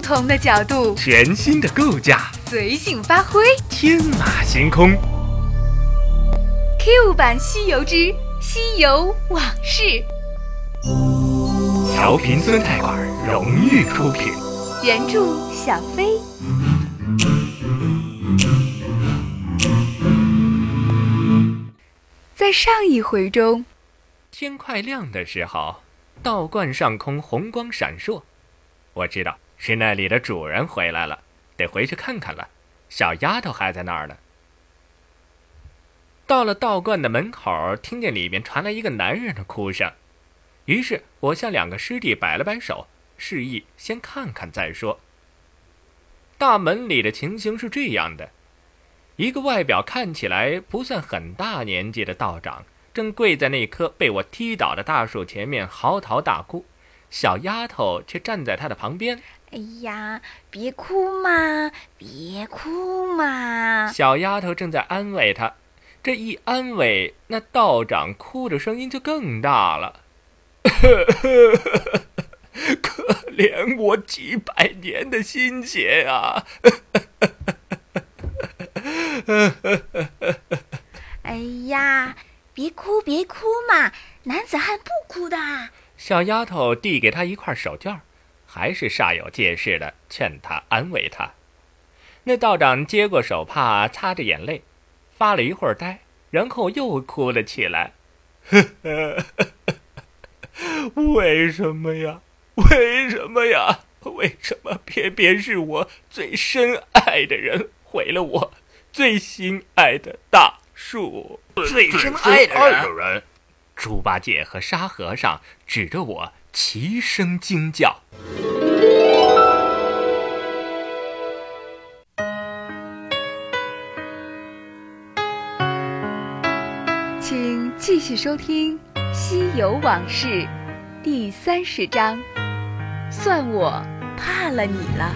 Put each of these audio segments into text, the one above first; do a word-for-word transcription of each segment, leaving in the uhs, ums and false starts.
不同的角度， 全新的构架， 随性发挥， 天马行空。 Q 版《西游之西游往事》， 调频酸菜馆荣誉出品， 原著小飞。在上一回中， 天快亮的时候，道观上空红光闪烁，我知道是那里的主人回来了，得回去看看了。小丫头还在那儿呢。到了道观的门口，听见里面传来一个男人的哭声，于是我向两个师弟摆了摆手，示意先看看再说。大门里的情形是这样的，一个外表看起来不算很大年纪的道长，正跪在那棵被我踢倒的大树前面嚎啕大哭，小丫头却站在他的旁边。 哎呀，别哭嘛，别哭嘛。 小丫头正在安慰他，这一安慰，那道长哭的声音就更大了。可怜我几百年的心血啊！ 哎呀，别哭别哭嘛，男子汉不哭的。 小丫头递给他一块手绢，还是煞有介事的劝他安慰他。那道长接过手帕，擦着眼泪，发了一会儿呆，然后又哭了起来。为什么呀？为什么呀？为什么偏偏是我最深爱的人毁了我最心爱的大树？ 最深爱的人。 猪八戒和沙和尚指着我齐声惊叫。 请继续收听《西游往事》第三十章，算我怕了你了。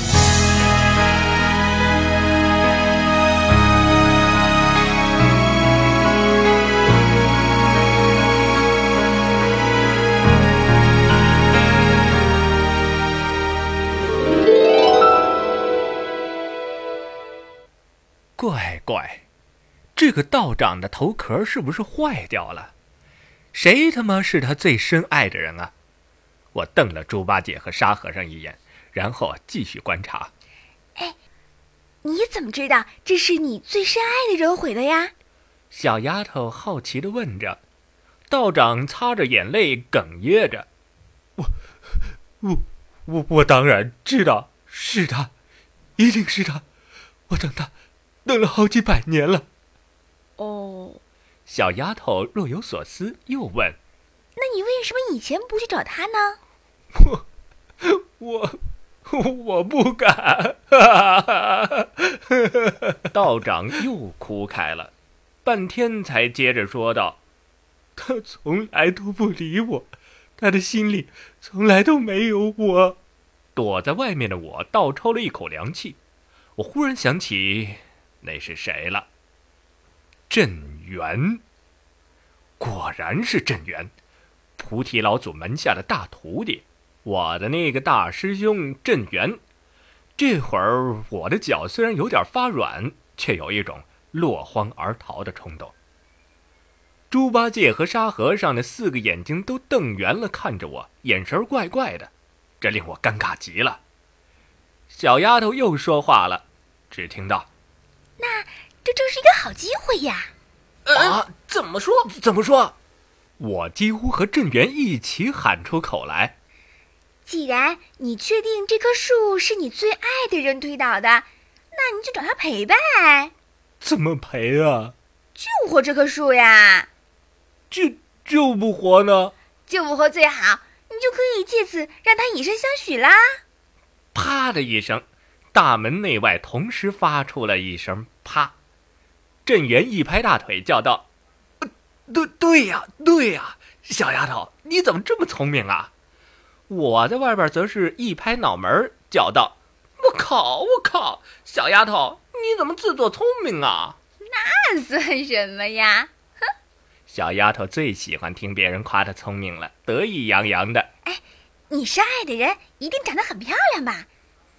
怪怪，这个道长的头壳是不是坏掉了？谁他妈是他最深爱的人啊？我瞪了猪八戒和沙和尚一眼，然后继续观察。 哎，你怎么知道这是你最深爱的人毁的呀？ 小丫头好奇地问着。道长擦着眼泪哽咽着：我我我我当然知道是他，一定是他，我等他等了好几百年了。 哦， 小丫头若有所思，又问： 那你为什么以前不去找他呢？ 我我我不敢。道长又哭开了，半天才接着说道：他从来都不理我，他的心里从来都没有我。躲在外面的我倒抽了一口凉气，我忽然想起那是谁了。镇元，果然是镇元，菩提老祖门下的大徒弟，我的那个大师兄镇元。这会儿我的脚虽然有点发软，却有一种落荒而逃的冲动。猪八戒和沙和尚的四个眼睛都瞪圆了看着我，眼神怪怪的，这令我尴尬极了。小丫头又说话了，只听到： 那这正是一个好机会呀！ 啊，怎么说？怎么说？ 我几乎和镇元一起喊出口来。 既然你确定这棵树是你最爱的人推倒的，那你就找他赔呗。 怎么赔啊？ 救活这棵树呀！ 救救不活呢？ 救不活最好，你就可以借此让他以身相许啦。 啪的一声，大门内外同时发出了一声啪。镇元一拍大腿叫道：呃、对对呀对呀，小丫头你怎么这么聪明啊？我在外边则是一拍脑门叫道：我靠我靠，小丫头你怎么自作聪明啊？ 那算什么呀？哼！ 小丫头最喜欢听别人夸她聪明了，得意洋洋的。 哎，你深爱的人一定长得很漂亮吧？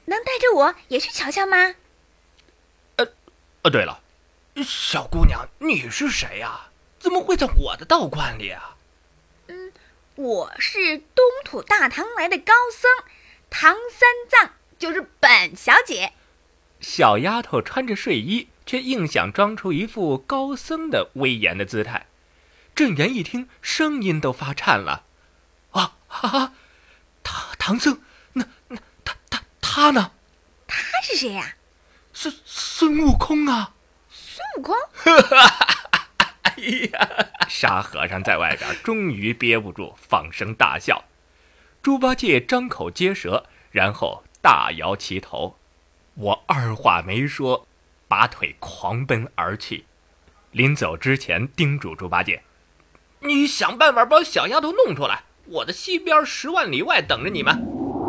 能带着我也去瞧瞧吗？ 呃，呃，对了，小姑娘，你是谁呀？怎么会在我的道观里啊？ 嗯，我是东土大唐来的高僧，唐三藏，就是本小姐。 小丫头穿着睡衣，却硬想装出一副高僧的威严的姿态。郑源一听，声音都发颤了。啊啊！唐唐僧，那那他他他呢？ 他是谁呀、啊？ 孙孙悟空啊！ 孙悟空？ 哎呀！沙和尚在外边终于憋不住，放声大笑。猪八戒张口结舌，然后大摇其头。我二话没说，拔腿狂奔而去。临走之前叮嘱猪八戒：“你想办法把小丫头弄出来，我在西边十万里外等着你们。”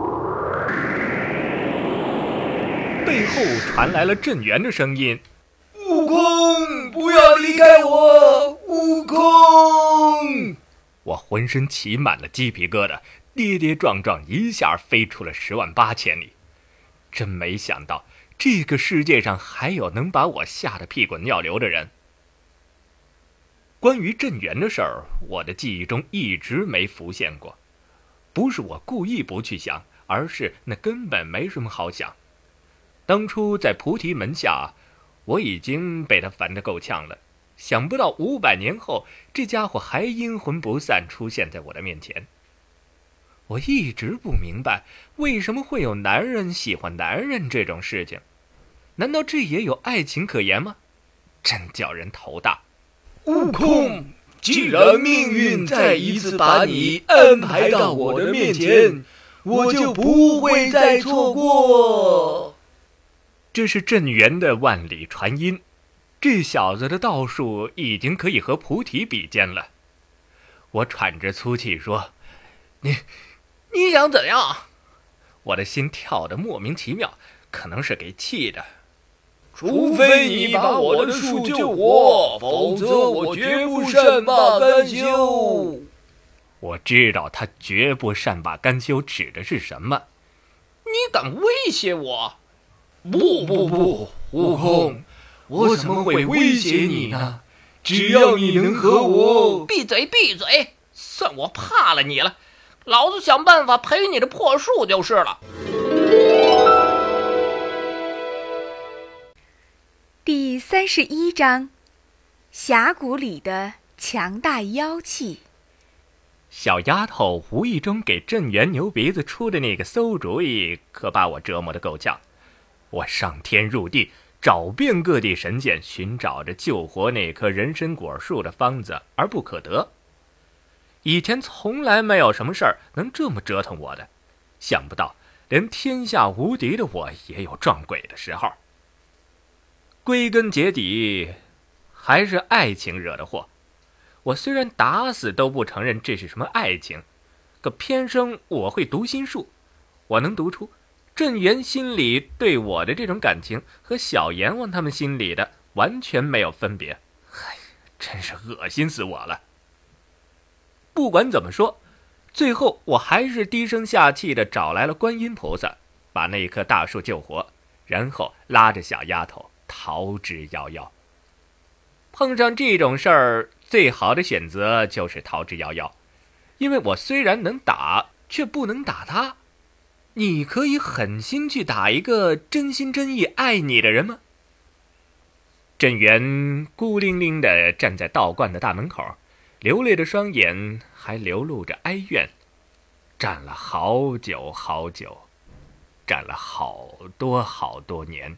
背后传来了镇元的声音：“ 悟空，不要离开我！悟空！” 我浑身起满了鸡皮疙瘩，跌跌撞撞，一下飞出了十万八千里。真没想到，这个世界上还有能把我吓得屁滚尿流的人。关于镇元的事儿，我的记忆中一直没浮现过。不是我故意不去想，而是那根本没什么好想。当初在菩提门下，我已经被他烦得够呛了。想不到五百年后，这家伙还阴魂不散出现在我的面前。我一直不明白，为什么会有男人喜欢男人这种事情？难道这也有爱情可言吗？真叫人头大。 悟空，既然命运再一次把你安排到我的面前，我就不会再错过。 这是镇元的万里传音，这小子的道术已经可以和菩提比肩了。我喘着粗气说：“你。”你想怎样？我的心跳得莫名其妙，可能是给气的。 除非你把我的术救活，否则我绝不善罢甘休。 我知道他绝不善罢甘休指的是什么。你敢威胁我？ 不不不，悟空，我怎么会威胁你呢？只要你能和我…… 闭嘴闭嘴！算我怕了你了。老子想办法赔你的破术就是了。 第三十一章，峡谷里的强大妖气。 小丫头无意中给镇元牛鼻子出的那个馊主意，可把我折磨得够呛。我上天入地，找遍各地神仙，寻找着救活那棵人参果树的方子，而不可得。以前从来没有什么事儿能这么折腾我的，想不到连天下无敌的我也有撞鬼的时候。归根结底，还是爱情惹的祸。我虽然打死都不承认这是什么爱情，可偏生我会读心术，我能读出镇元心里对我的这种感情和小阎王他们心里的完全没有分别。唉，真是恶心死我了。不管怎么说，最后我还是低声下气地找来了观音菩萨，把那棵大树救活，然后拉着小丫头逃之夭夭。碰上这种事儿，最好的选择就是逃之夭夭，因为我虽然能打，却不能打他。你可以狠心去打一个真心真意爱你的人吗？镇元孤零零地站在道观的大门口，流泪的双眼还流露着哀怨，站了好久好久，站了好多好多年。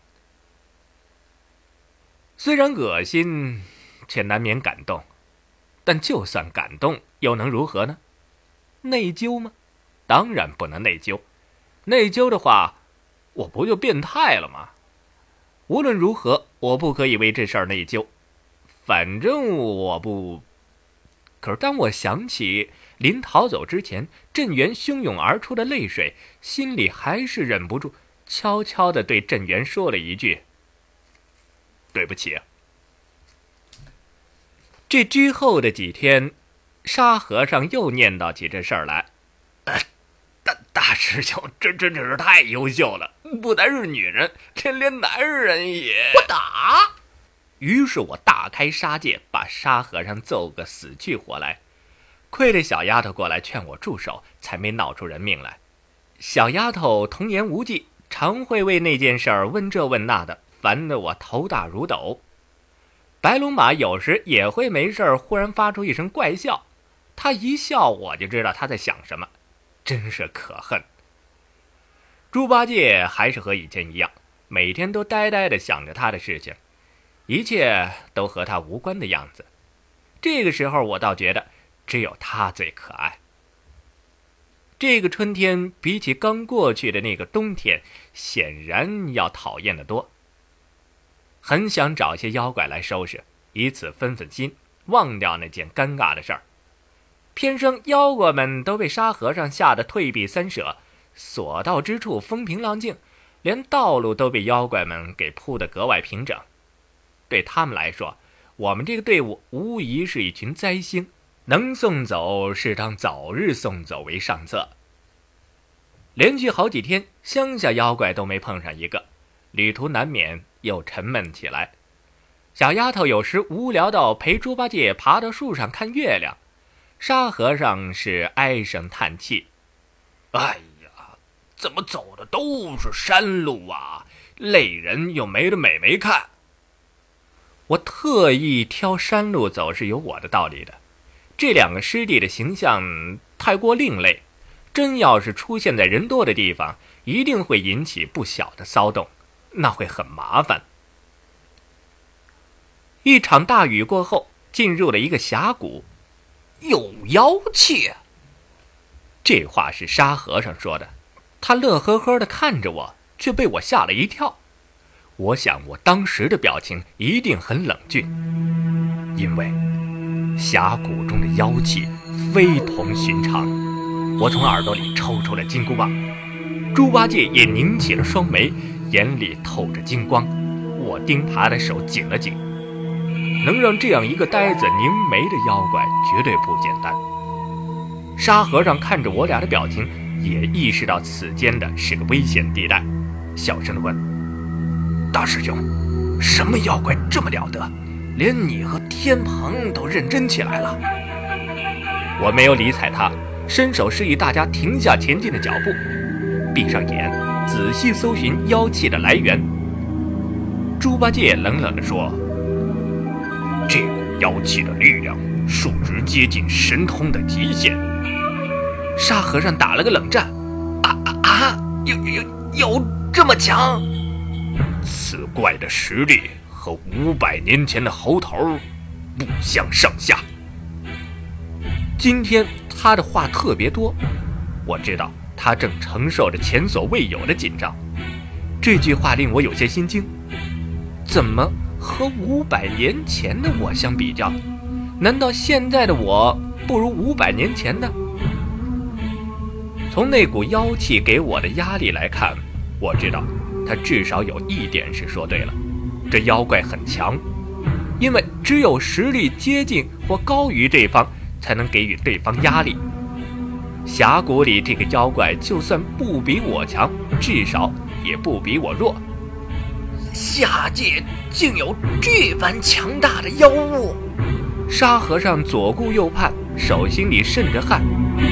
虽然恶心，却难免感动，但就算感动，又能如何呢？内疚吗？当然不能内疚。内疚的话，我不就变态了吗？无论如何，我不可以为这事儿内疚。反正我不……可是当我想起临逃走之前镇元汹涌而出的泪水，心里还是忍不住悄悄地对镇元说了一句：“对不起。”这之后的几天，沙和尚又念叨起这事儿来：“呃、大大师兄真真的是太优秀了， 不单是女人，这连男人也…… 我打！ 于是我大开杀戒，把沙和尚揍个死去活来。亏得小丫头过来劝我住手，才没闹出人命来。小丫头童言无忌，常会为那件事儿问这问那的，烦得我头大如斗。白龙马有时也会没事儿忽然发出一声怪笑，他一笑我就知道他在想什么，真是可恨。猪八戒还是和以前一样，每天都呆呆地想着他的事情，一切都和他无关的样子。这个时候我倒觉得只有他最可爱。这个春天比起刚过去的那个冬天，显然要讨厌得多。很想找些妖怪来收拾，以此分分心，忘掉那件尴尬的事儿。偏生妖怪们都被沙和尚吓得退避三舍，所到之处风平浪静，连道路都被妖怪们给铺得格外平整。对他们来说，我们这个队伍无疑是一群灾星，能送走是当早日送走为上策。连续好几天，乡下妖怪都没碰上一个，旅途难免又沉闷起来。小丫头有时无聊到陪猪八戒爬到树上看月亮，沙和尚是唉声叹气：“ 哎呀，怎么走的都是山路啊，累人又没得美眉看。” 我特意挑山路走是有我的道理的，这两个师弟的形象太过另类，真要是出现在人多的地方，一定会引起不小的骚动，那会很麻烦。一场大雨过后，进入了一个峡谷。 有妖气？ 这话是沙和尚说的，他乐呵呵地看着我，却被我吓了一跳。我想我当时的表情一定很冷峻，因为峡谷中的妖气非同寻常。我从耳朵里抽出了金箍棒，猪八戒也拧起了双眉，眼里透着金光。我盯他的手紧了紧，能让这样一个呆子凝眉的妖怪绝对不简单。沙和尚看着我俩的表情，也意识到此间的是个危险地带，小声地问：“ 大师兄，什么妖怪这么了得，连你和天蓬都认真起来了？” 我没有理睬他，伸手示意大家停下前进的脚步，闭上眼仔细搜寻妖气的来源。猪八戒冷冷地说：“ 这股妖气的力量数值接近神通的极限。” 沙和尚打了个冷战：“ 啊啊啊！有有有这么强？ 此怪的实力和五百年前的猴头不相上下。”今天他的话特别多，我知道他正承受着前所未有的紧张。这句话令我有些心惊，怎么和五百年前的我相比较？难道现在的我不如五百年前的？从那股妖气给我的压力来看，我知道他至少有一点是说对了，这妖怪很强，因为只有实力接近或高于对方，才能给予对方压力。峡谷里这个妖怪就算不比我强，至少也不比我弱。 下界竟有这般强大的妖物！ 沙和尚左顾右盼，手心里渗着汗。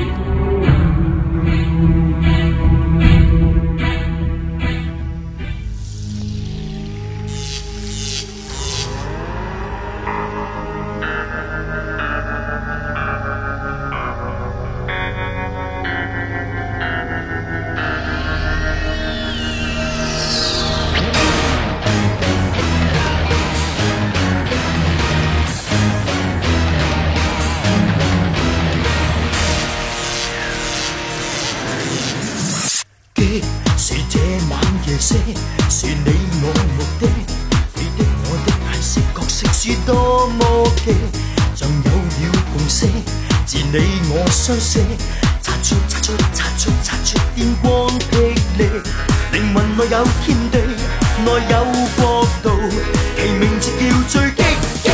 是這晚夜色，是你我目的，你的我的顏色角色是多麼奇，像有了共識，自你我相識，擦出擦出擦出擦出電光霹靂，靈魂內有天地，內有國度，其名字叫追擊。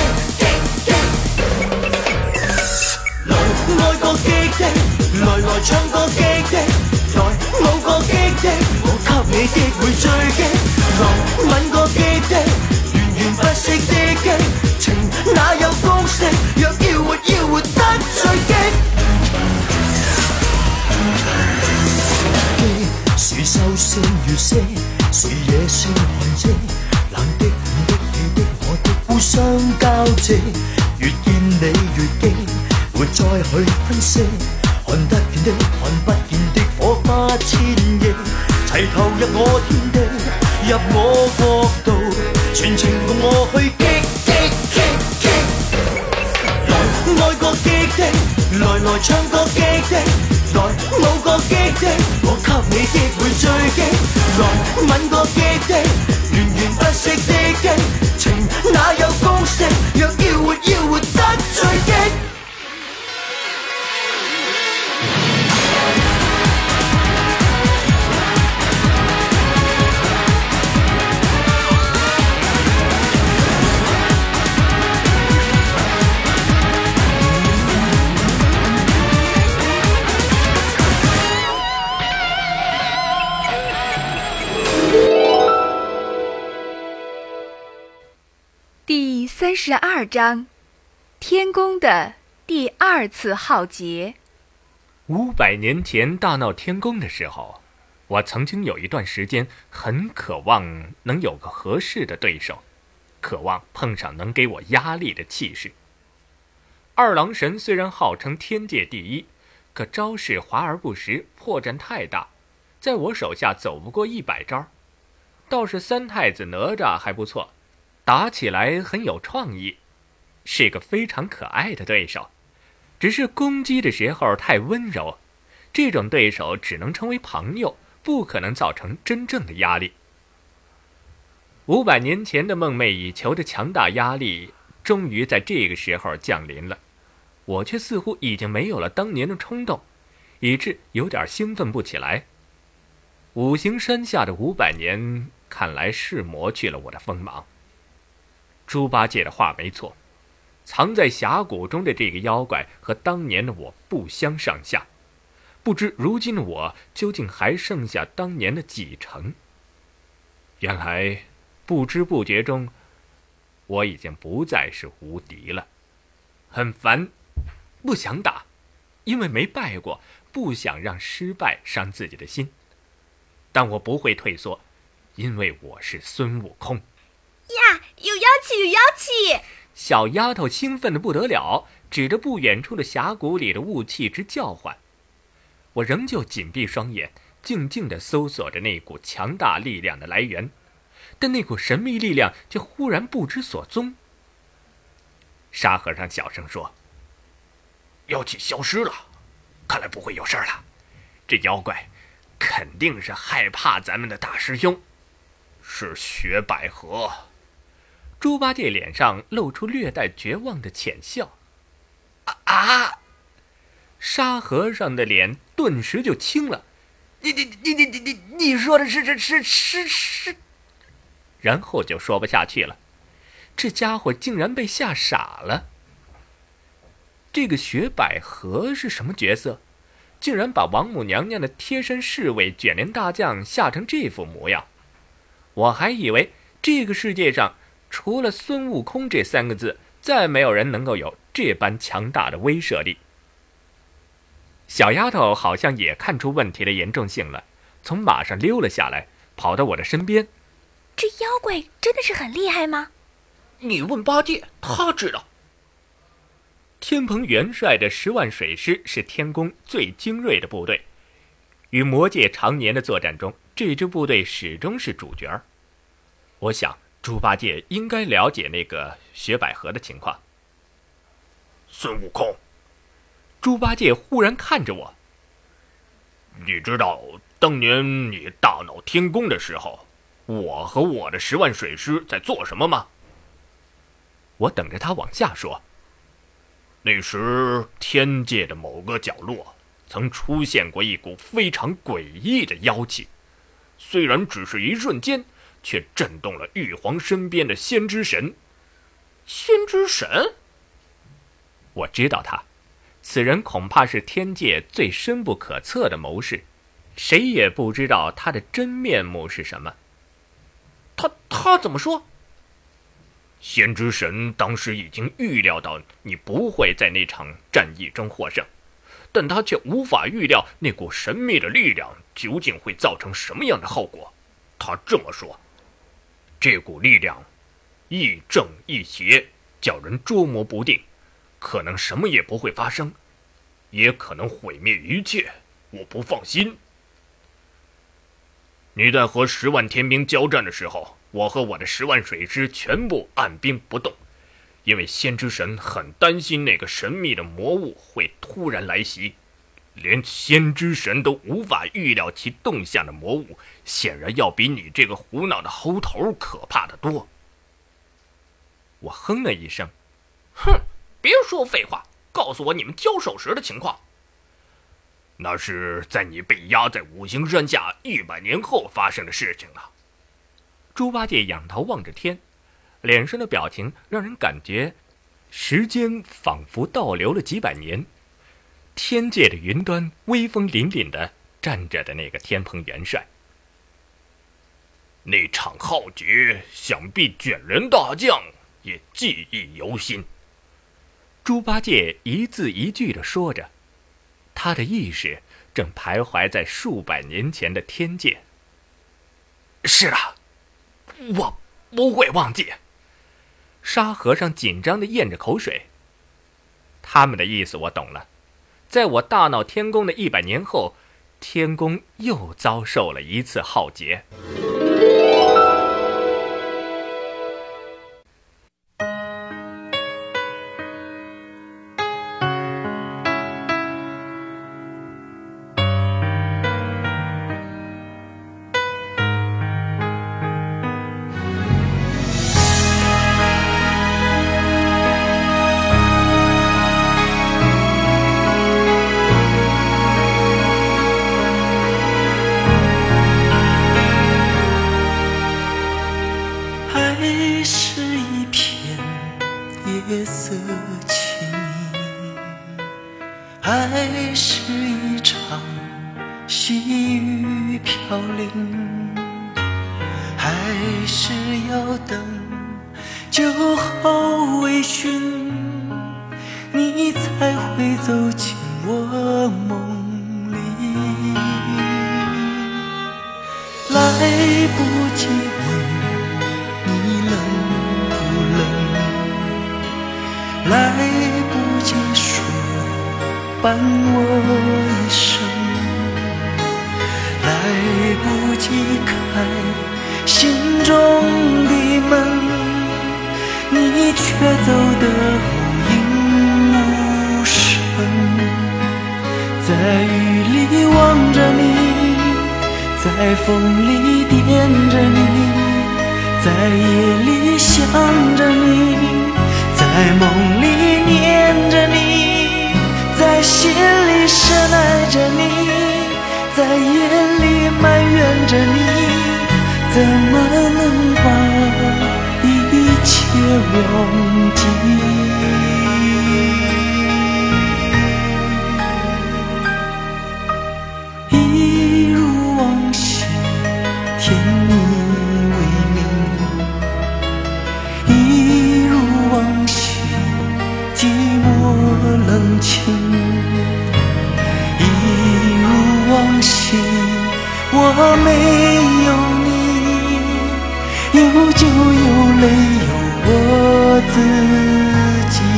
來愛過激的，來來唱過激的。來舞過激的，我給你你的會最驚，來吻個激的，源源不息的激情，哪有公式？若要活要活得最激。是收聲越些，是野性寒遮，冷的暖的你的我的互相交織，越見你越驚，沒再去分析，看得見的看不見的火花千億，齊投入我天地，入我國度，全程共我去激激激激，來愛個激的，來來唱個激的，來舞個激的，我給你的會最激，來吻個激的，源源不息的激情，哪有公式？若要活要活得最激。 第三十二章，天宫的第二次浩劫。 五百年前大闹天宫的时候，我曾经有一段时间很渴望能有个合适的对手，渴望碰上能给我压力的气势。二郎神虽然号称天界第一，可招式华而不实，破绽太大，在我手下走不过一百招。倒是三太子哪吒还不错，打起来很有创意，是个非常可爱的对手，只是攻击的时候太温柔，这种对手只能成为朋友，不可能造成真正的压力。五百年前的梦寐以求的强大压力终于在这个时候降临了，我却似乎已经没有了当年的冲动，以致有点兴奋不起来。五行山下的五百年看来是磨去了我的锋芒。猪八戒的话没错，藏在峡谷中的这个妖怪和当年的我不相上下，不知如今的我究竟还剩下当年的几成。原来不知不觉中我已经不再是无敌了。很烦，不想打，因为没败过，不想让失败伤自己的心。但我不会退缩，因为我是孙悟空。 呀，有妖气，有妖气！ 小丫头兴奋得不得了，指着不远处的峡谷里的雾气直叫唤。我仍旧紧闭双眼，静静地搜索着那股强大力量的来源，但那股神秘力量却忽然不知所踪。沙和尚小声说：“妖气消失了，看来不会有事了。这妖怪肯定是害怕咱们的大师兄，是雪百合。”猪八戒脸上露出略带绝望的浅笑。啊啊！沙和尚的脸顿时就青了。你你你你你你你说的是是是是是？然后就说不下去了。这家伙竟然被吓傻了。这个雪百合是什么角色？竟然把王母娘娘的贴身侍卫卷帘大将吓成这副模样。我还以为这个世界上除了孙悟空这三个字，再没有人能够有这般强大的威慑力。小丫头好像也看出问题的严重性了，从马上溜了下来，跑到我的身边。 这妖怪真的是很厉害吗？ 你问八戒，他知道。天蓬元帅的十万水师是天宫最精锐的部队，与魔界常年的作战中，这支部队始终是主角。我想猪八戒应该了解那个雪百合的情况。孙悟空，猪八戒忽然看着我，你知道当年你大闹天宫的时候，我和我的十万水师在做什么吗？我等着他往下说。那时天界的某个角落曾出现过一股非常诡异的妖气，虽然只是一瞬间，却震动了玉皇身边的先知神。先知神？我知道他，此人恐怕是天界最深不可测的谋士， 谁也不知道他的真面目是什么。 他他怎么说？ 先知神当时已经预料到你不会在那场战役中获胜，但他却无法预料那股神秘的力量究竟会造成什么样的后果。他这么说，这股力量亦正亦邪，叫人捉摸不定，可能什么也不会发生，也可能毁灭一切，我不放心。你在和十万天兵交战的时候，我和我的十万水师全部按兵不动，因为先知神很担心那个神秘的魔物会突然来袭。连先知神都无法预料其动向的魔物，显然要比你这个胡闹的猴头可怕得多。我哼了一声， 哼，别说废话，告诉我你们交手时的情况。 那是在你被压在五行山下一百年后发生的事情了。猪八戒仰头望着天，脸上的表情让人感觉时间仿佛倒流了几百年。天界的云端威风凛凛地站着的那个天蓬元帅，那场浩劫，想必卷人大将也记忆犹新。猪八戒一字一句地说着，他的意识正徘徊在数百年前的天界。 是啊，我不会忘记。 沙和尚紧张地咽着口水。他们的意思我懂了，在我大闹天宫的一百年后，天宫又遭受了一次浩劫。 夜色轻，爱是一场细雨飘零，还是要等酒后微醺，你才会走进我梦里。来不及问你冷不冷，来不及说伴我一生，来不及开心中的门，你却走得无影无声。在雨里望着你，在风里惦着你，在夜里想着你，在梦里念着你，在心里深爱着你，在夜里埋怨着你，怎么能把一切忘记？一如往昔，天意未明，一如往昔，寂寞冷清，一如往昔，我没有你，有酒有泪有我自己。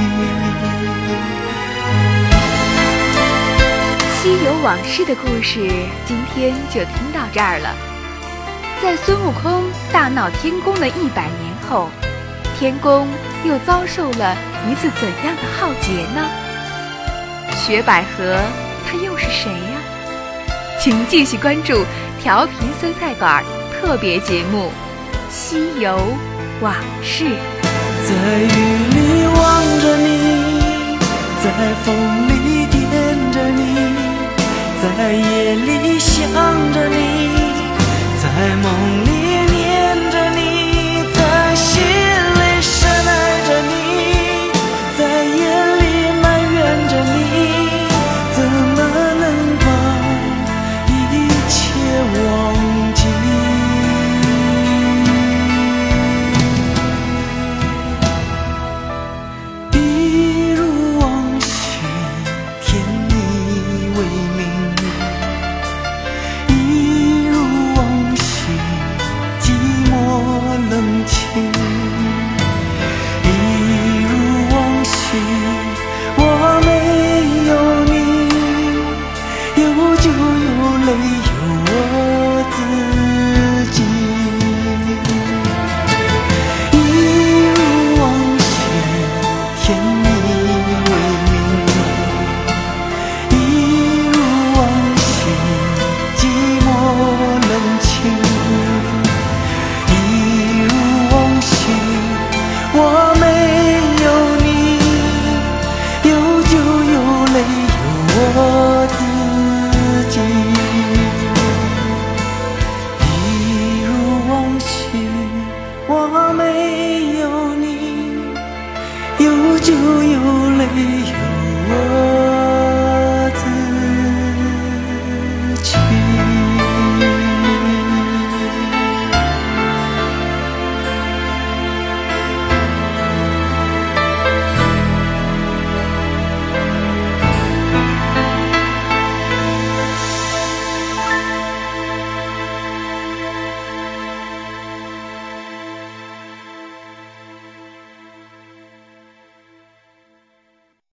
西游往事的故事今天就听到这儿了。在孙悟空大闹天宫的一百年后，天宫又遭受了一次怎样的浩劫呢？雪百合她又是谁呀？请继续关注调皮酸菜馆特别节目《西游往事》。 在雨里望着你，在风里惦着你，在夜里想着你，在梦